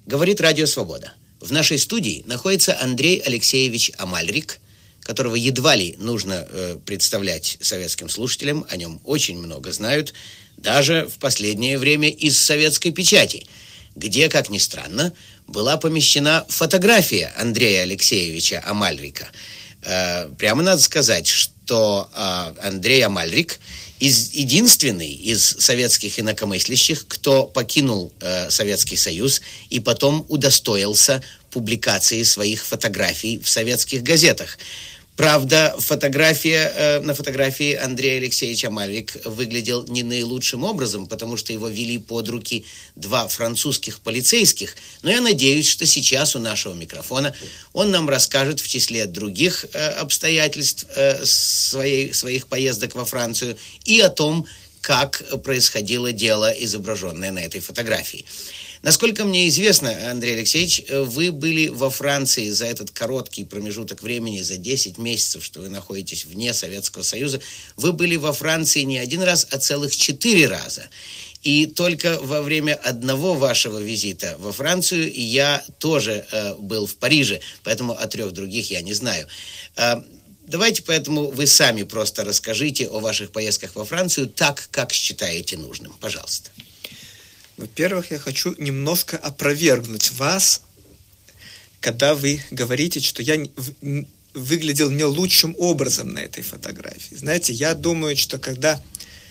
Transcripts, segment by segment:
Говорит Радио Свобода. В нашей студии находится Андрей Алексеевич Амальрик, которого едва ли нужно представлять советским слушателям, о нем очень много знают, даже в последнее время из советской печати, где, как ни странно, была помещена фотография Андрея Алексеевича Амальрика. Прямо надо сказать, что Андрей Амальрик единственный из советских инакомыслящих, кто покинул Советский Союз и потом удостоился публикации своих фотографий в советских газетах. Правда, на фотографии Андрей Алексеевич Амальрик выглядел не наилучшим образом, потому что его вели под руки два французских полицейских. Но я надеюсь, что сейчас у нашего микрофона он нам расскажет в числе других обстоятельств своих поездок во Францию и о том, как происходило дело, изображенное на этой фотографии. Насколько мне известно, Андрей Алексеевич, вы были во Франции за этот короткий промежуток времени, за 10 месяцев, что вы находитесь вне Советского Союза. Вы были во Франции не один раз, а целых 4 раза. И только во время одного вашего визита во Францию я тоже был в Париже, поэтому о 3 других я не знаю. Давайте поэтому вы сами просто расскажите о ваших поездках во Францию так, как считаете нужным. Пожалуйста. Во-первых, я хочу немножко опровергнуть вас, когда вы говорите, что я выглядел не лучшим образом на этой фотографии. Знаете, я думаю, что когда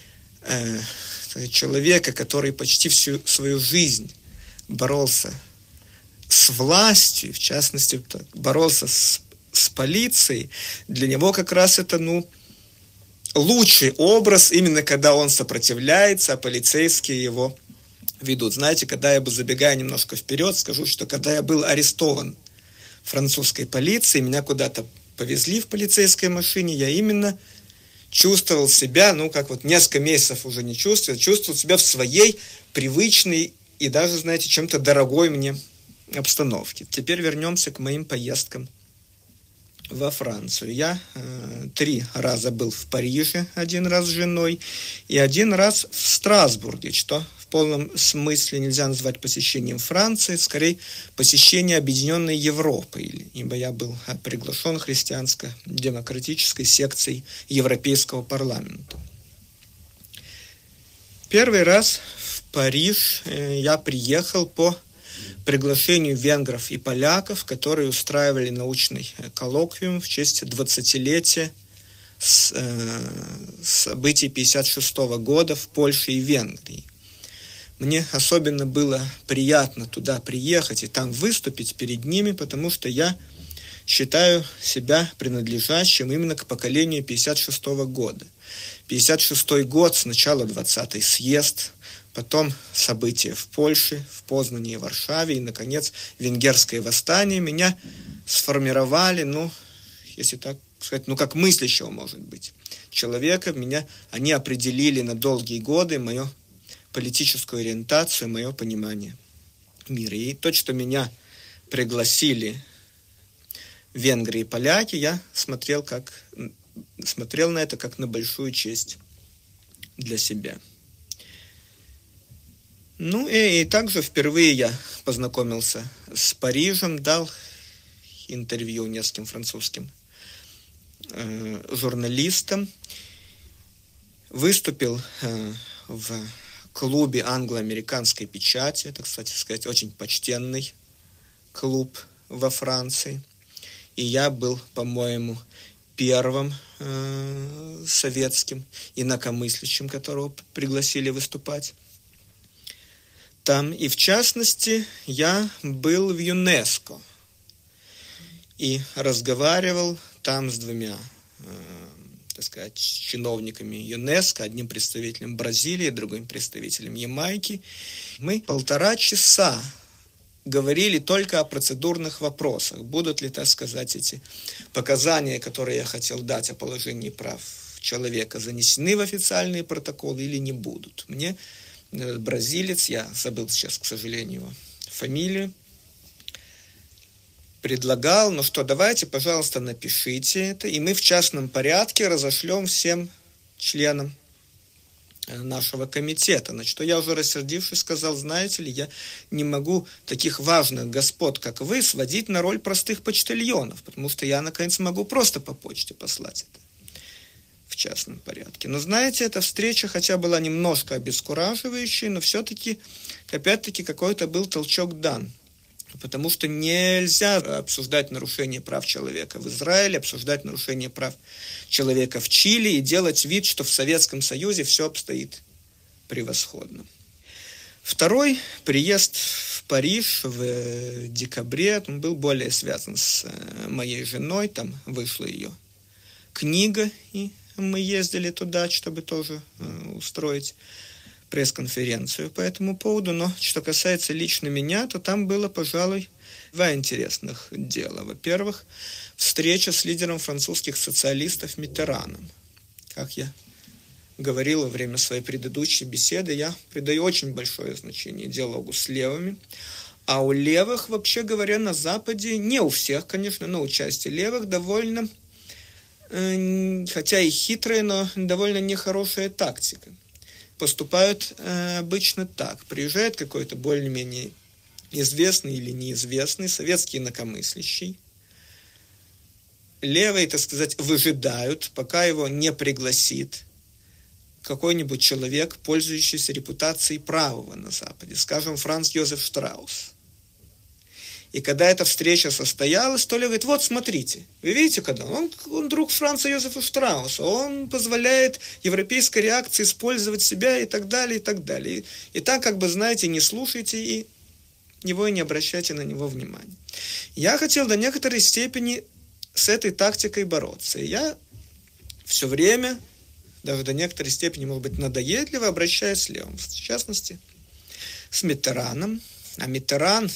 человека, который почти всю свою жизнь боролся с властью, в частности, боролся с полицией, для него как раз это, лучший образ, именно когда он сопротивляется, а полицейские его ведут. Знаете, когда я забегая немножко вперед, скажу, что когда я был арестован французской полицией, меня куда-то повезли в полицейской машине, я именно чувствовал себя, как несколько месяцев уже не чувствовал себя в своей привычной и даже, знаете, чем-то дорогой мне обстановке. Теперь вернемся к моим поездкам во Францию. Я 3 раза был в Париже, 1 раз с женой, и 1 раз в Страсбурге, что в полном смысле нельзя назвать посещением Франции, скорее посещение Объединенной Европы, ибо я был приглашен христианско-демократической секцией Европейского парламента. Первый раз в Париж я приехал по приглашению венгров и поляков, которые устраивали научный коллоквиум в честь 20-летия событий 1956 года в Польше и Венгрии. Мне особенно было приятно туда приехать и там выступить перед ними, потому что я считаю себя принадлежащим именно к поколению 1956 года. 1956 год, сначала 20-й съезд, потом события в Польше, в Познане и Варшаве, и, наконец, венгерское восстание меня сформировали, если так сказать, как мыслящего, может быть, человека. Они определили на долгие годы мою политическую ориентацию, мое понимание мира. И то, что меня пригласили венгры и поляки, я смотрел на это как на большую честь для себя. И также впервые я познакомился с Парижем, дал интервью нескольким французским журналистам, выступил в клубе англо-американской печати, это, кстати сказать, очень почтенный клуб во Франции, и я был, по-моему, первым советским инакомыслящим, которого пригласили выступать там. И в частности, я был в ЮНЕСКО и разговаривал там с 2 чиновниками ЮНЕСКО, одним представителем Бразилии, другим представителем Ямайки. Мы 1,5 часа говорили только о процедурных вопросах. Будут ли, эти показания, которые я хотел дать о положении прав человека, занесены в официальные протоколы или не будут. Мне бразилец, я забыл сейчас, к сожалению, его фамилию, предлагал, давайте, пожалуйста, напишите это, и мы в частном порядке разошлем всем членам нашего комитета. На что я уже рассердившись сказал: знаете ли, я не могу таких важных господ, как вы, сводить на роль простых почтальонов, потому что я, наконец, могу просто по почте послать это в частном порядке. Но, знаете, эта встреча, хотя была немножко обескураживающей, но все-таки, опять-таки, какой-то был толчок дан. Потому что нельзя обсуждать нарушение прав человека в Израиле, обсуждать нарушение прав человека в Чили и делать вид, что в Советском Союзе все обстоит превосходно. Второй приезд в Париж в декабре, он был более связан с моей женой, там вышла ее книга, и мы ездили туда, чтобы тоже устроить пресс-конференцию по этому поводу, но что касается лично меня, то там было, пожалуй, два интересных дела. Во-первых, встреча с лидером французских социалистов Миттераном. Как я говорил во время своей предыдущей беседы, я придаю очень большое значение диалогу с левыми, а у левых, вообще говоря, на Западе, не у всех, конечно, но у части левых довольно, хотя и хитрая, но довольно нехорошая тактика. Поступают обычно так. Приезжает какой-то более-менее известный или неизвестный советский инакомыслящий. Левые, так сказать, выжидают, пока его не пригласит какой-нибудь человек, пользующийся репутацией правого на Западе, скажем, Франц Йозеф Штраус. И когда эта встреча состоялась, то ли говорит: вот смотрите, вы видите, когда он друг Франца Йозефа Штрауса, он позволяет европейской реакции использовать себя и так далее, и так далее. И так, как бы, знаете, не слушайте и него и не обращайте на него внимания. Я хотел до некоторой степени с этой тактикой бороться. И я все время, даже до некоторой степени, может быть, надоедливо обращаюсь с левым. В частности, с Миттераном. А Миттеран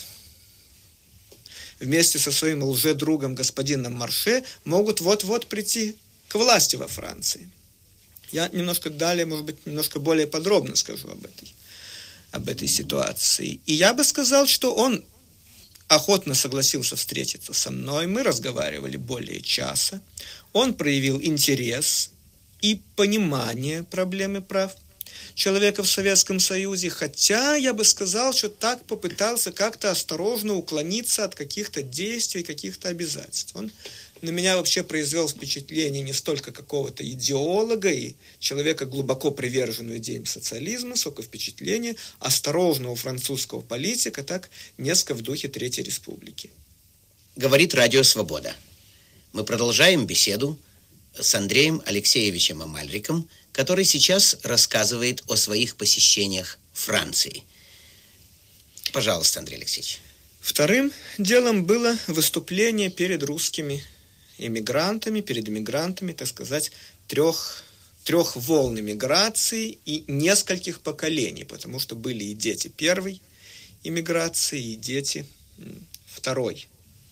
вместе со своим лжедругом господином Марше могут вот-вот прийти к власти во Франции. Я немножко далее, может быть, немножко более подробно скажу об этой ситуации. И я бы сказал, что он охотно согласился встретиться со мной. Мы разговаривали более часа. Он проявил интерес и понимание проблемы прав человека в Советском Союзе, хотя я бы сказал, что так попытался как-то осторожно уклониться от каких-то действий, каких-то обязательств. Он на меня вообще произвел впечатление не столько какого-то идеолога и человека, глубоко приверженного идеям социализма, сколько впечатление осторожного французского политика, так несколько в духе Третьей Республики. Говорит Радио Свобода. Мы продолжаем беседу с Андреем Алексеевичем Амальриком, который сейчас рассказывает о своих посещениях Франции. Пожалуйста, Андрей Алексеевич. Вторым делом было выступление перед русскими эмигрантами, перед эмигрантами, так сказать, трех волн эмиграции и нескольких поколений, потому что были и дети первой эмиграции, и дети второй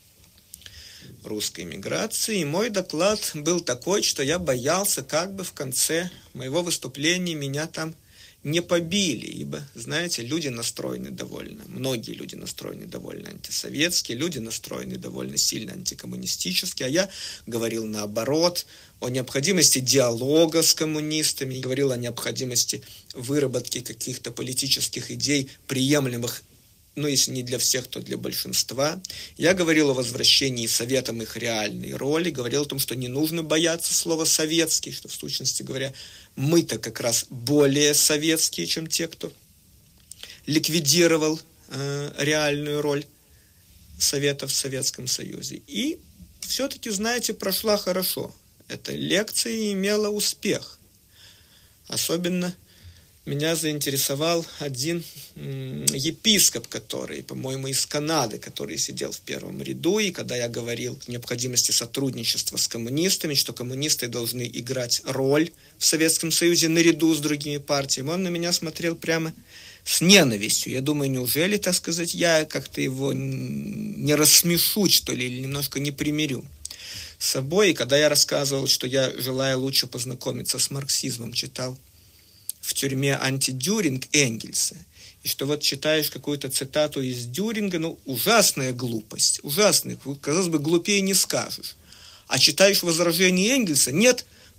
русской эмиграции. И мой доклад был такой, что я боялся, как бы в конце моего выступления меня там не побили, ибо, знаете, люди настроены довольно, многие люди настроены довольно антисоветски, люди настроены довольно сильно антикоммунистически, а я говорил наоборот, о необходимости диалога с коммунистами, говорил о необходимости выработки каких-то политических идей, приемлемых, ну, если не для всех, то для большинства. Я говорил о возвращении советам их реальной роли, говорил о том, что не нужно бояться слова «советский», что, в сущности говоря, мы-то как раз более советские, чем те, кто ликвидировал реальную роль Советов в Советском Союзе. И все-таки, знаете, прошла хорошо. Эта лекция имела успех. Особенно меня заинтересовал один епископ, который, по-моему, из Канады, который сидел в первом ряду, и когда я говорил о необходимости сотрудничества с коммунистами, что коммунисты должны играть роль в Советском Союзе наряду с другими партиями, он на меня смотрел прямо с ненавистью. Я думаю, неужели, так сказать, я как-то его не рассмешу, что ли, или немножко не примирю с собой. И когда я рассказывал, что я, желая лучше познакомиться с марксизмом, читал в тюрьме «Антидюринг» Энгельса, и что вот читаешь какую-то цитату из Дюринга, ну, ужасная глупость, ужасная, казалось бы, глупее не скажешь. А читаешь возражение Энгельса, нет,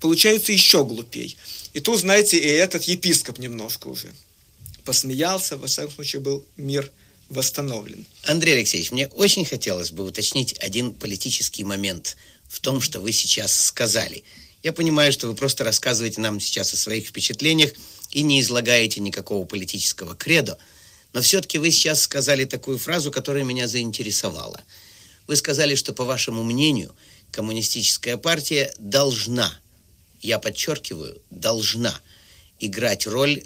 получается еще глупей. И тут, знаете, и этот епископ немножко уже посмеялся, во всяком случае был мир восстановлен. Андрей Алексеевич, мне очень хотелось бы уточнить один политический момент в том, что вы сейчас сказали. Я понимаю, что вы просто рассказываете нам сейчас о своих впечатлениях и не излагаете никакого политического кредо, но все-таки вы сейчас сказали такую фразу, которая меня заинтересовала. Вы сказали, что, по вашему мнению, коммунистическая партия должна, я подчеркиваю, должна играть роль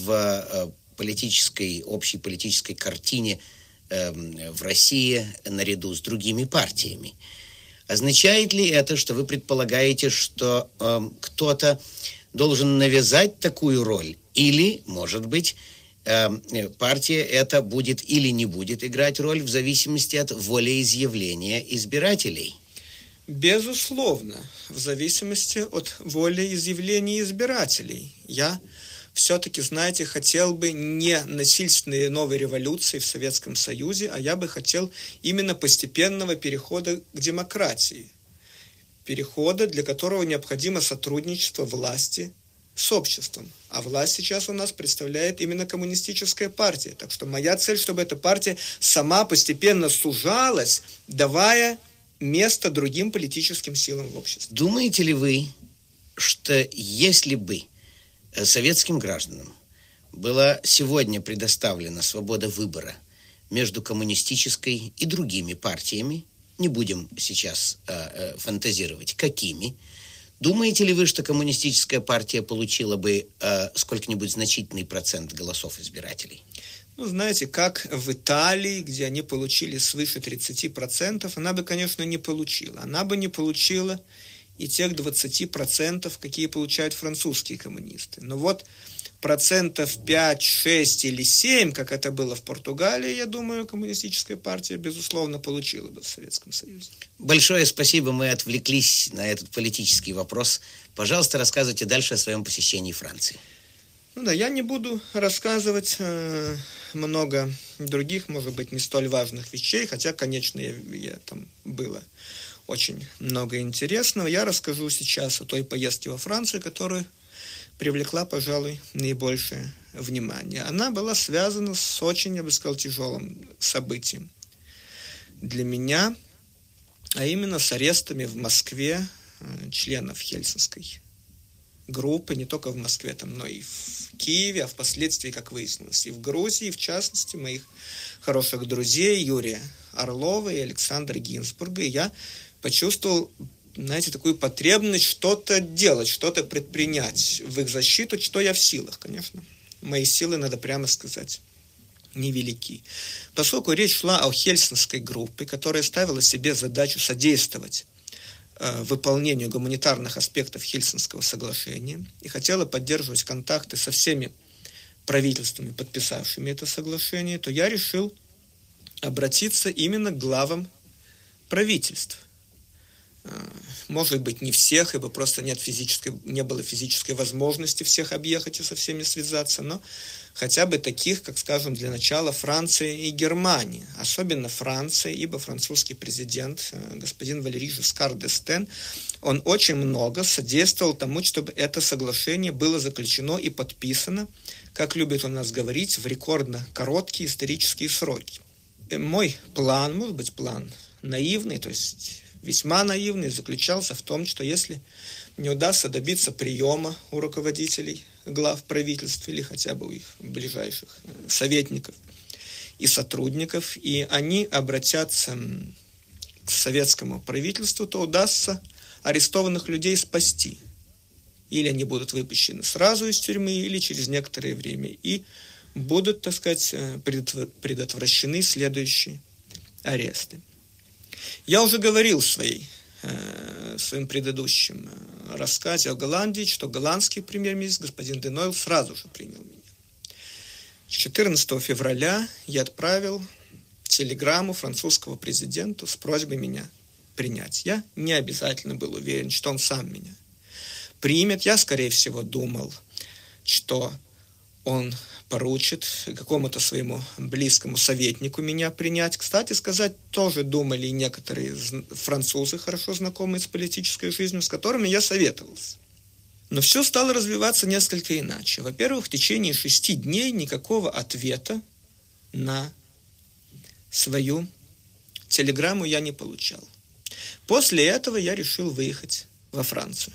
в общей политической картине в России наряду с другими партиями. Означает ли это, что вы предполагаете, что кто-то должен навязать такую роль? Или, может быть, партия эта будет или не будет играть роль в зависимости от волеизъявления избирателей? Безусловно, в зависимости от волеизъявления избирателей. Я все-таки, знаете, хотел бы не насильственной новой революции в Советском Союзе, а я бы хотел именно постепенного перехода к демократии. Перехода, для которого необходимо сотрудничество власти с обществом. А власть сейчас у нас представляет именно коммунистическая партия. Так что моя цель, чтобы эта партия сама постепенно сужалась, давая место другим политическим силам в обществе. Думаете ли вы, что если бы советским гражданам была сегодня предоставлена свобода выбора между коммунистической и другими партиями, не будем сейчас фантазировать, какими, думаете ли вы, что коммунистическая партия получила бы сколько-нибудь значительный процент голосов избирателей? Ну, знаете, как в Италии, где они получили свыше 30%, она бы, конечно, не получила. Она бы не получила и тех 20%, какие получают французские коммунисты. Но вот 5, 6 или 7%, как это было в Португалии, я думаю, коммунистическая партия, безусловно, получила бы в Советском Союзе. Большое спасибо, мы отвлеклись на этот политический вопрос. Пожалуйста, рассказывайте дальше о своем посещении Франции. Ну да, я не буду рассказывать много других, может быть, не столь важных вещей, хотя, конечно, там было очень много интересного. Я расскажу сейчас о той поездке во Францию, которая привлекла, пожалуй, наибольшее внимание. Она была связана с очень, я бы сказал, тяжелым событием для меня, а именно с арестами в Москве членов Хельсинской группы, не только в Москве, но и в Киеве, а впоследствии, как выяснилось, и в Грузии, в частности, моих хороших друзей Юрия Орлова и Александра Гинзбурга. И я почувствовал, знаете, такую потребность что-то делать, что-то предпринять в их защиту, что я в силах, конечно. Мои силы, надо прямо сказать, невелики. Поскольку речь шла о Хельсинской группе, которая ставила себе задачу содействовать выполнению гуманитарных аспектов Хельсинского соглашения и хотела поддерживать контакты со всеми правительствами, подписавшими это соглашение, то я решил обратиться именно к главам правительств. Может быть, не всех, ибо просто не было физической возможности всех объехать и со всеми связаться, но хотя бы таких, как, скажем, для начала Франции и Германии. Особенно Франция, ибо французский президент, господин Валерий Жискар д'Эстен, он очень много содействовал тому, чтобы это соглашение было заключено и подписано, как любит у нас говорить, в рекордно короткие исторические сроки. Мой план, может быть, план наивный, то есть весьма наивный, заключался в том, что если не удастся добиться приема у руководителей глав правительств или хотя бы у их ближайших советников и сотрудников, и они обратятся к советскому правительству, то удастся арестованных людей спасти. Или они будут выпущены сразу из тюрьмы, или через некоторое время, и будут, так сказать, предотвращены следующие аресты. Я уже говорил в своем предыдущем рассказе о Голландии, что голландский премьер-министр господин де Нойл сразу же принял меня. 14 февраля я отправил телеграмму французскому президенту с просьбой меня принять. Я не обязательно был уверен, что он сам меня примет. Я, скорее всего, думал, что он поручит какому-то своему близкому советнику меня принять. Кстати сказать, тоже думали и некоторые французы, хорошо знакомые с политической жизнью, с которыми я советовался. Но все стало развиваться несколько иначе. Во-первых, в течение 6 дней никакого ответа на свою телеграмму я не получал. После этого я решил выехать во Францию.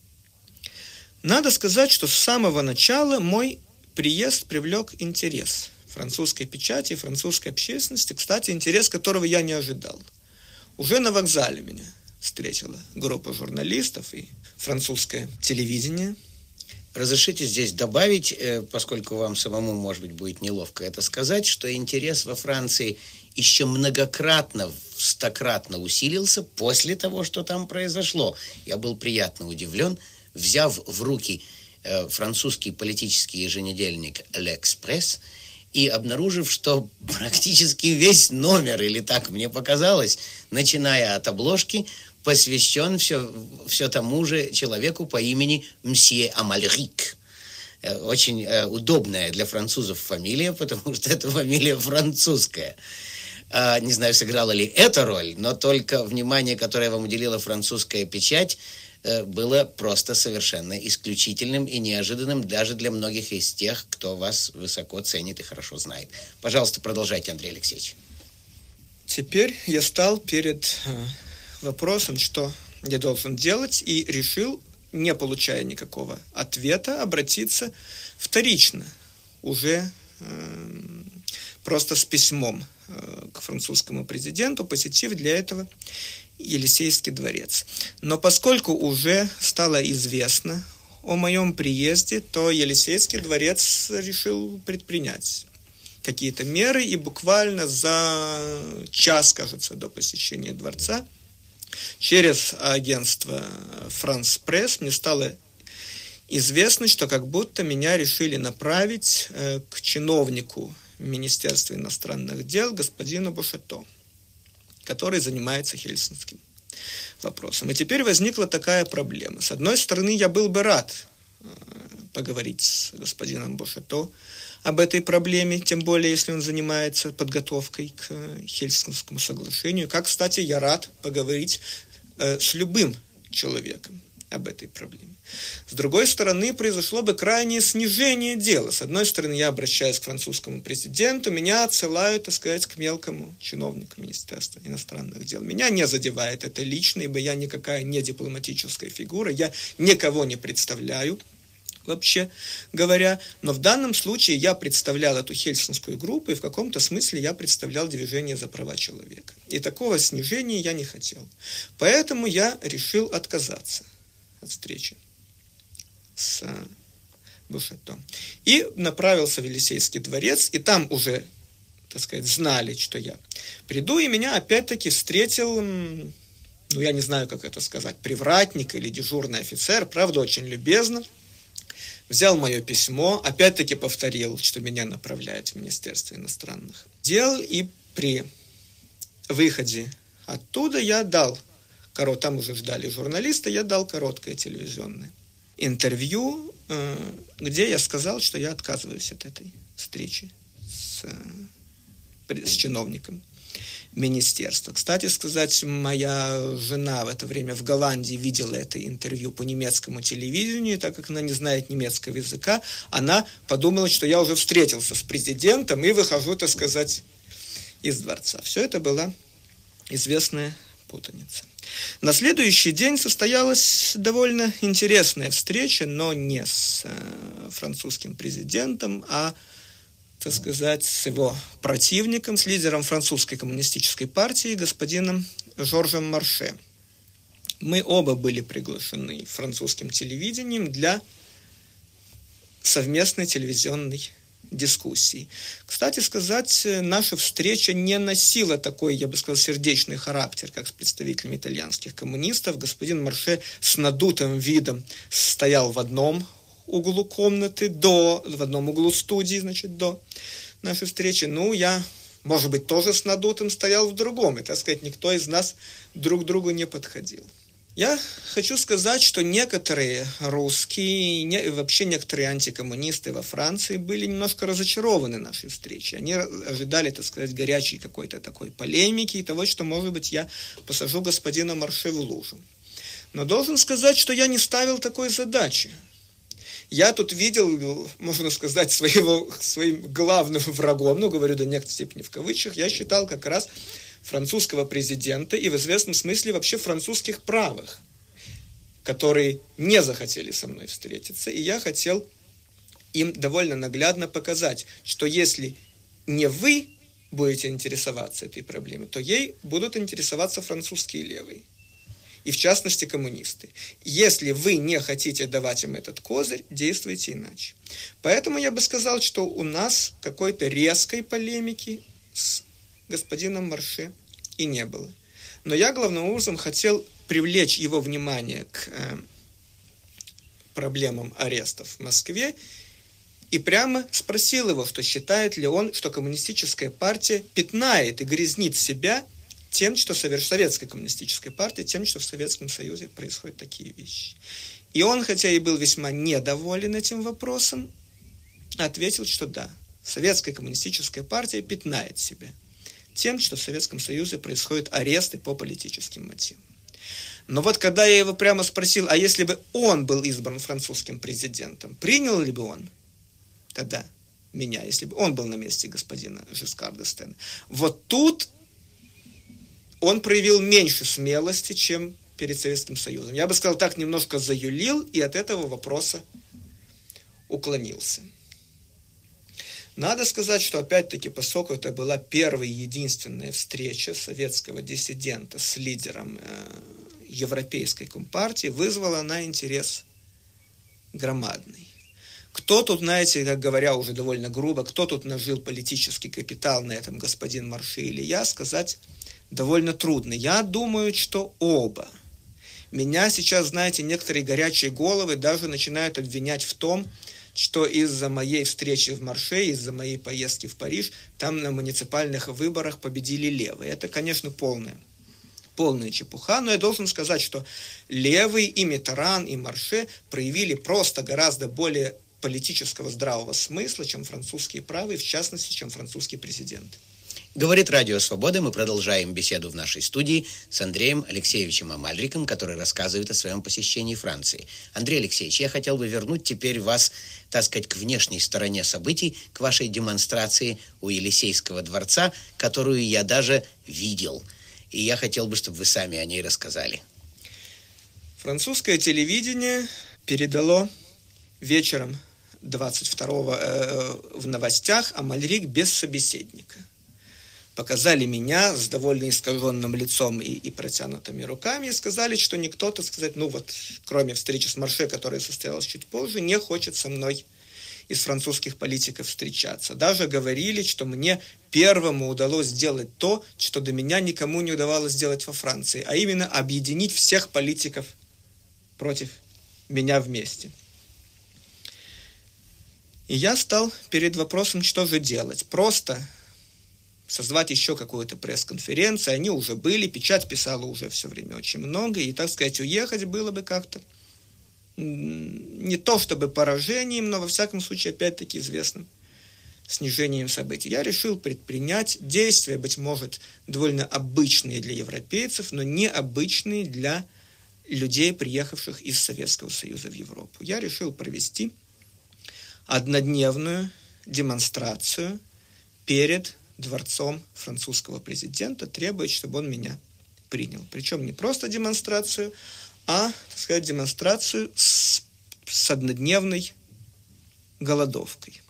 Надо сказать, что с самого начала мой приезд привлек интерес французской печати и французской общественности, кстати, интерес которого я не ожидал. Уже на вокзале меня встретила группа журналистов и французское телевидение. Разрешите здесь добавить, поскольку вам самому, может быть, будет неловко это сказать, что интерес во Франции еще многократно, стократно усилился после того, что там произошло. Я был приятно удивлен, взяв в руки французский политический еженедельник «L'Express» и обнаружив, что практически весь номер, или так мне показалось, начиная от обложки, посвящен все тому же человеку по имени мсье Амальрик. Очень удобная для французов фамилия, потому что это фамилия французская. Не знаю, сыграла ли эта роль, но только внимание, которое вам уделила французская печать, было просто совершенно исключительным и неожиданным даже для многих из тех, кто вас высоко ценит и хорошо знает. Пожалуйста, продолжайте, Андрей Алексеевич. Теперь я стал перед вопросом, что я должен делать, и решил, не получая никакого ответа, обратиться вторично, уже просто с письмом к французскому президенту, посетив для этого Елисейский дворец. Но поскольку уже стало известно о моем приезде, то Елисейский дворец решил предпринять какие-то меры, и буквально за час, кажется, до посещения дворца через агентство «France Press» мне стало известно, что как будто меня решили направить к чиновнику Министерства иностранных дел господину Бушето, который занимается хельсинским вопросом. И теперь возникла такая проблема. С одной стороны, я был бы рад поговорить с господином Бушето об этой проблеме, тем более, если он занимается подготовкой к Хельсинскому соглашению. Как, кстати, я рад поговорить с любым человеком об этой проблеме. С другой стороны, произошло бы крайнее снижение дела. С одной стороны, я обращаюсь к французскому президенту, меня отсылают, так сказать, к мелкому чиновнику Министерства иностранных дел. Меня не задевает это лично, ибо я никакая не дипломатическая фигура, я никого не представляю, вообще говоря. Но в данном случае я представлял эту хельсинскую группу, и в каком-то смысле я представлял движение за права человека. И такого снижения я не хотел. Поэтому я решил отказаться от встречи с Бушето. И направился в Елисейский дворец, и там уже, так сказать, знали, что я приду, и меня опять-таки встретил, я не знаю, как это сказать, привратник или дежурный офицер, правда, очень любезно. Взял мое письмо, опять-таки повторил, что меня направляют в Министерство иностранных дел, и при выходе оттуда я дал, там уже ждали журналисты, я дал короткое телевизионное интервью, где я сказал, что я отказываюсь от этой встречи с чиновником министерства. Кстати сказать, моя жена в это время в Голландии видела это интервью по немецкому телевидению, и так как она не знает немецкого языка, она подумала, что я уже встретился с президентом и выхожу, так сказать, из дворца. Все это была известная путаница. На следующий день состоялась довольно интересная встреча, но не с французским президентом, а, так сказать, с его противником, с лидером французской коммунистической партии, господином Жоржем Марше. Мы оба были приглашены французским телевидением для совместной телевизионной дискуссии. Кстати сказать, наша встреча не носила такой, я бы сказал, сердечный характер, как с представителями итальянских коммунистов. Господин Марше с надутым видом стоял в одном углу комнаты, в одном углу студии, до нашей встречи. Я, может быть, тоже с надутым стоял в другом. И, так сказать, никто из нас друг к другу не подходил. Я хочу сказать, что некоторые русские и вообще некоторые антикоммунисты во Франции были немножко разочарованы нашей встречей. Они ожидали, так сказать, горячей какой-то такой полемики и того, что, может быть, я посажу господина Марше в лужу. Но должен сказать, что я не ставил такой задачи. Я тут видел, можно сказать, своим главным врагом, ну, говорю до некоторой степени в кавычках, я считал как раз французского президента и в известном смысле вообще французских правых, которые не захотели со мной встретиться, и я хотел им довольно наглядно показать, что если не вы будете интересоваться этой проблемой, то ей будут интересоваться французские левые. И в частности коммунисты. Если вы не хотите давать им этот козырь, действуйте иначе. Поэтому я бы сказал, что у нас какой-то резкой полемики с господином Марше и не было. Но я главным образом хотел привлечь его внимание к проблемам арестов в Москве и прямо спросил его, что считает ли он, что коммунистическая партия пятнает и грязнит себя тем, что советская коммунистическая партия, тем, что в Советском Союзе происходят такие вещи. И он, хотя и был весьма недоволен этим вопросом, ответил, что да, советская коммунистическая партия пятнает себя тем, что в Советском Союзе происходят аресты по политическим мотивам. Но вот когда я его прямо спросил, а если бы он был избран французским президентом, принял ли бы он тогда меня, если бы он был на месте господина Жискар д'Эстена? Вот тут он проявил меньше смелости, чем перед Советским Союзом. Я бы сказал, так немножко заюлил и от этого вопроса уклонился. Надо сказать, что опять-таки, поскольку это была первая и единственная встреча советского диссидента с лидером Европейской компартии, вызвала она интерес громадный. Кто тут, знаете, как говоря уже довольно грубо, кто тут нажил политический капитал на этом, господин Марше или я, сказать довольно трудно. Я думаю, что оба. Меня сейчас, знаете, некоторые горячие головы даже начинают обвинять в том, что из-за моей встречи в Марше, из-за моей поездки в Париж, там на муниципальных выборах победили левые. Это, конечно, полная чепуха, но я должен сказать, что левые и Миттеран, и Марше проявили просто гораздо более политического здравого смысла, чем французские правые, в частности, чем французский президент. Говорит Радио Свобода. Мы продолжаем беседу в нашей студии с Андреем Алексеевичем Амальриком, который рассказывает о своем посещении Франции. Андрей Алексеевич, я хотел бы вернуть теперь вас, так сказать, к внешней стороне событий, к вашей демонстрации у Елисейского дворца, которую я даже видел. И я хотел бы, чтобы вы сами о ней рассказали. Французское телевидение передало вечером 22-го в новостях Амальрик без собеседника. Показали меня с довольно искаженным лицом и протянутыми руками и сказали, что никто, так сказать, кроме встречи с Марше, которая состоялась чуть позже, не хочет со мной из французских политиков встречаться. Даже говорили, что мне первому удалось сделать то, что до меня никому не удавалось сделать во Франции, а именно объединить всех политиков против меня вместе. И я стал перед вопросом, что же делать. Просто созвать еще какую-то пресс-конференцию. Они уже были, печать писала уже все время очень много, и, так сказать, уехать было бы как-то не то чтобы поражением, но, во всяком случае, опять-таки известным снижением событий. Я решил предпринять действия, быть может, довольно обычные для европейцев, но необычные для людей, приехавших из Советского Союза в Европу. Я решил провести однодневную демонстрацию перед дворцом французского президента, требует, чтобы он меня принял. Причем не просто демонстрацию, а, так сказать, демонстрацию с однодневной голодовкой.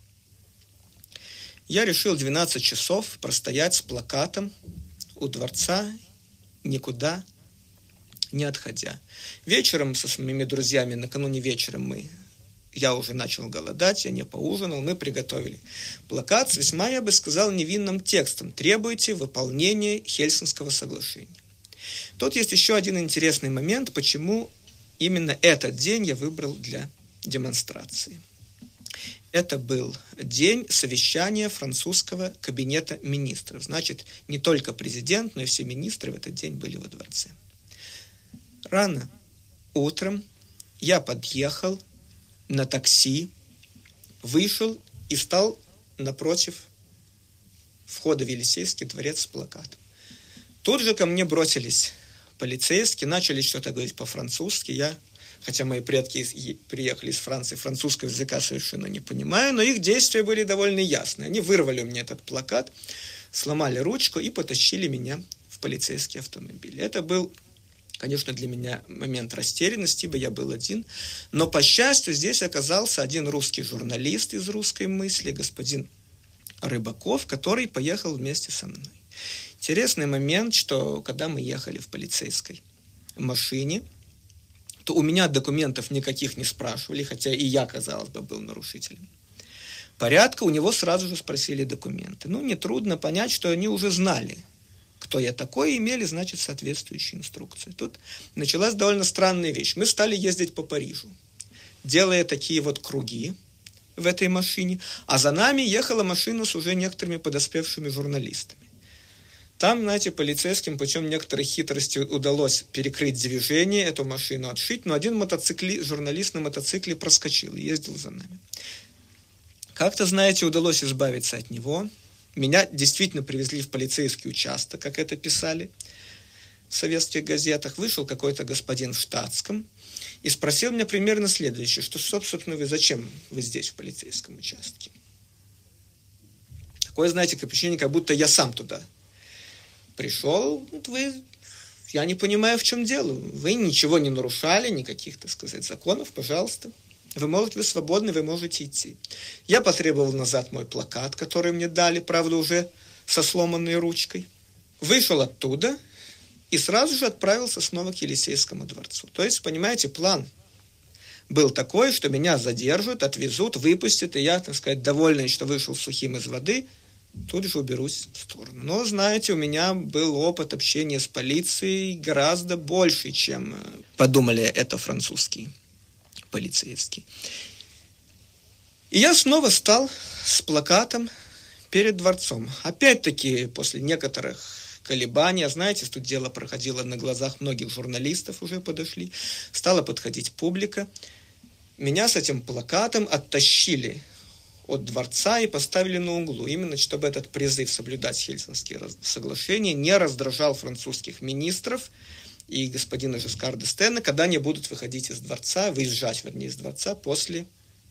Я решил 12 часов простоять с плакатом у дворца, никуда не отходя. Вечером со своими друзьями, накануне вечером я уже начал голодать, я не поужинал, мы приготовили плакат с весьма, я бы сказал, невинным текстом: «Требуйте выполнения Хельсинского соглашения». Тут есть еще один интересный момент, почему именно этот день я выбрал для демонстрации. Это был день совещания французского кабинета министров. Значит, не только президент, но и все министры в этот день были во дворце. Рано утром я подъехал на такси, вышел и стал напротив входа в Елисейский дворец с плакатом. Тут же ко мне бросились полицейские, начали что-то говорить по-французски. Я хотя мои предки приехали из Франции, французского языка совершенно не понимаю, но их действия были довольно ясны. Они вырвали у меня этот плакат, сломали ручку и потащили меня в полицейский автомобиль. Это был, конечно, для меня момент растерянности, ибо я был один. Но, по счастью, здесь оказался один русский журналист из «Русской мысли», господин Рыбаков, который поехал вместе со мной. Интересный момент, что когда мы ехали в полицейской машине, то у меня документов никаких не спрашивали, хотя и я, казалось бы, был нарушителем порядка, у него сразу же спросили документы. Ну, нетрудно понять, что они уже знали, кто я такой, и имели, значит, соответствующие инструкции. Тут началась довольно странная вещь. Мы стали ездить по Парижу, делая такие вот круги в этой машине, а за нами ехала машина с уже некоторыми подоспевшими журналистами. Там, знаете, полицейским путем некоторых хитростей удалось перекрыть движение, эту машину отшить, но один журналист на мотоцикле проскочил и ездил за нами. Как-то, знаете, удалось избавиться от него. Меня действительно привезли в полицейский участок, как это писали в советских газетах. Вышел какой-то господин в штатском и спросил меня примерно следующее, что, собственно, зачем вы здесь, в полицейском участке? Такое, знаете, впечатление, как будто я сам туда пришел. Я не понимаю, в чем дело. Вы ничего не нарушали, никаких, так сказать, законов, пожалуйста. Вы свободны, вы можете идти. Я потребовал назад мой плакат, который мне дали, правда, уже со сломанной ручкой. Вышел оттуда и сразу же отправился снова к Елисейскому дворцу. То есть, понимаете, план был такой, что меня задержат, отвезут, выпустят, и я, так сказать, довольный, что вышел сухим из воды, тут же уберусь в сторону. Но, знаете, у меня был опыт общения с полицией гораздо больше, чем подумали это французские полицейские. И я снова стал с плакатом перед дворцом. Опять-таки, после некоторых колебаний, знаете, тут дело проходило на глазах многих журналистов, уже подошли, стала подходить публика. Меня с этим плакатом оттащили от дворца и поставили на углу, именно чтобы этот призыв соблюдать Хельсинские соглашения не раздражал французских министров и господина Жескар д'Эстена, когда они будут выходить из дворца, выезжать, вернее, из дворца после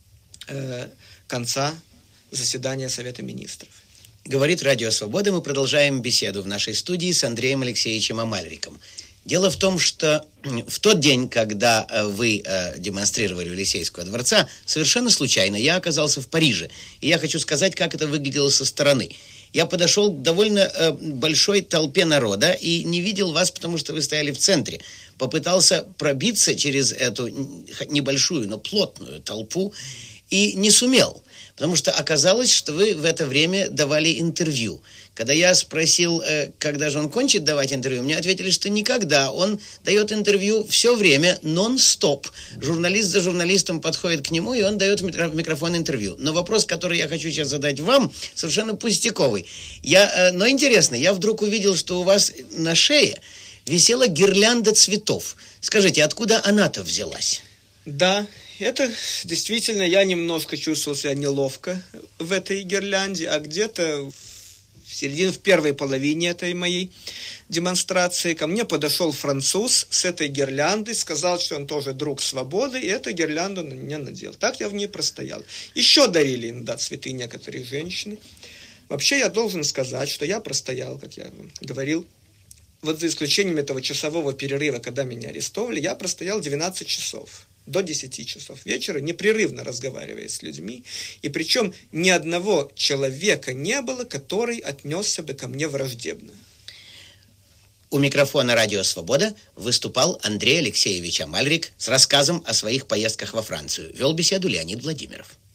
конца заседания Совета министров. Говорит Радио Свобода. Мы продолжаем беседу в нашей студии с Андреем Алексеевичем Амальриком. Дело в том, что в тот день, когда вы демонстрировали у Елисейского дворца, совершенно случайно я оказался в Париже. И я хочу сказать, как это выглядело со стороны. Я подошел к довольно большой толпе народа и не видел вас, потому что вы стояли в центре. Попытался пробиться через эту небольшую, но плотную толпу и не сумел, потому что оказалось, что вы в это время давали интервью. Когда я спросил, когда же он кончит давать интервью, мне ответили, что никогда. Он дает интервью все время, нон-стоп. Журналист за журналистом подходит к нему, и он дает в микрофон интервью. Но вопрос, который я хочу сейчас задать вам, совершенно пустяковый. Но интересно, я вдруг увидел, что у вас на шее висела гирлянда цветов. Скажите, откуда она-то взялась? Да, это действительно, я немножко чувствовал себя неловко в этой гирлянде, а где-то в первой половине этой моей демонстрации ко мне подошел француз с этой гирляндой, сказал, что он тоже друг свободы, и эту гирлянду на меня надел. Так я в ней простоял. Еще дарили иногда цветы некоторые женщины. Вообще я должен сказать, что я простоял, как я говорил, вот за исключением этого часового перерыва, когда меня арестовали, я простоял 12 часов. До 10 часов вечера, непрерывно разговаривая с людьми. И причем ни одного человека не было, который отнесся бы ко мне враждебно. У микрофона «Радио Свобода» выступал Андрей Алексеевич Амальрик с рассказом о своих поездках во Францию. Вел беседу Леонид Владимиров.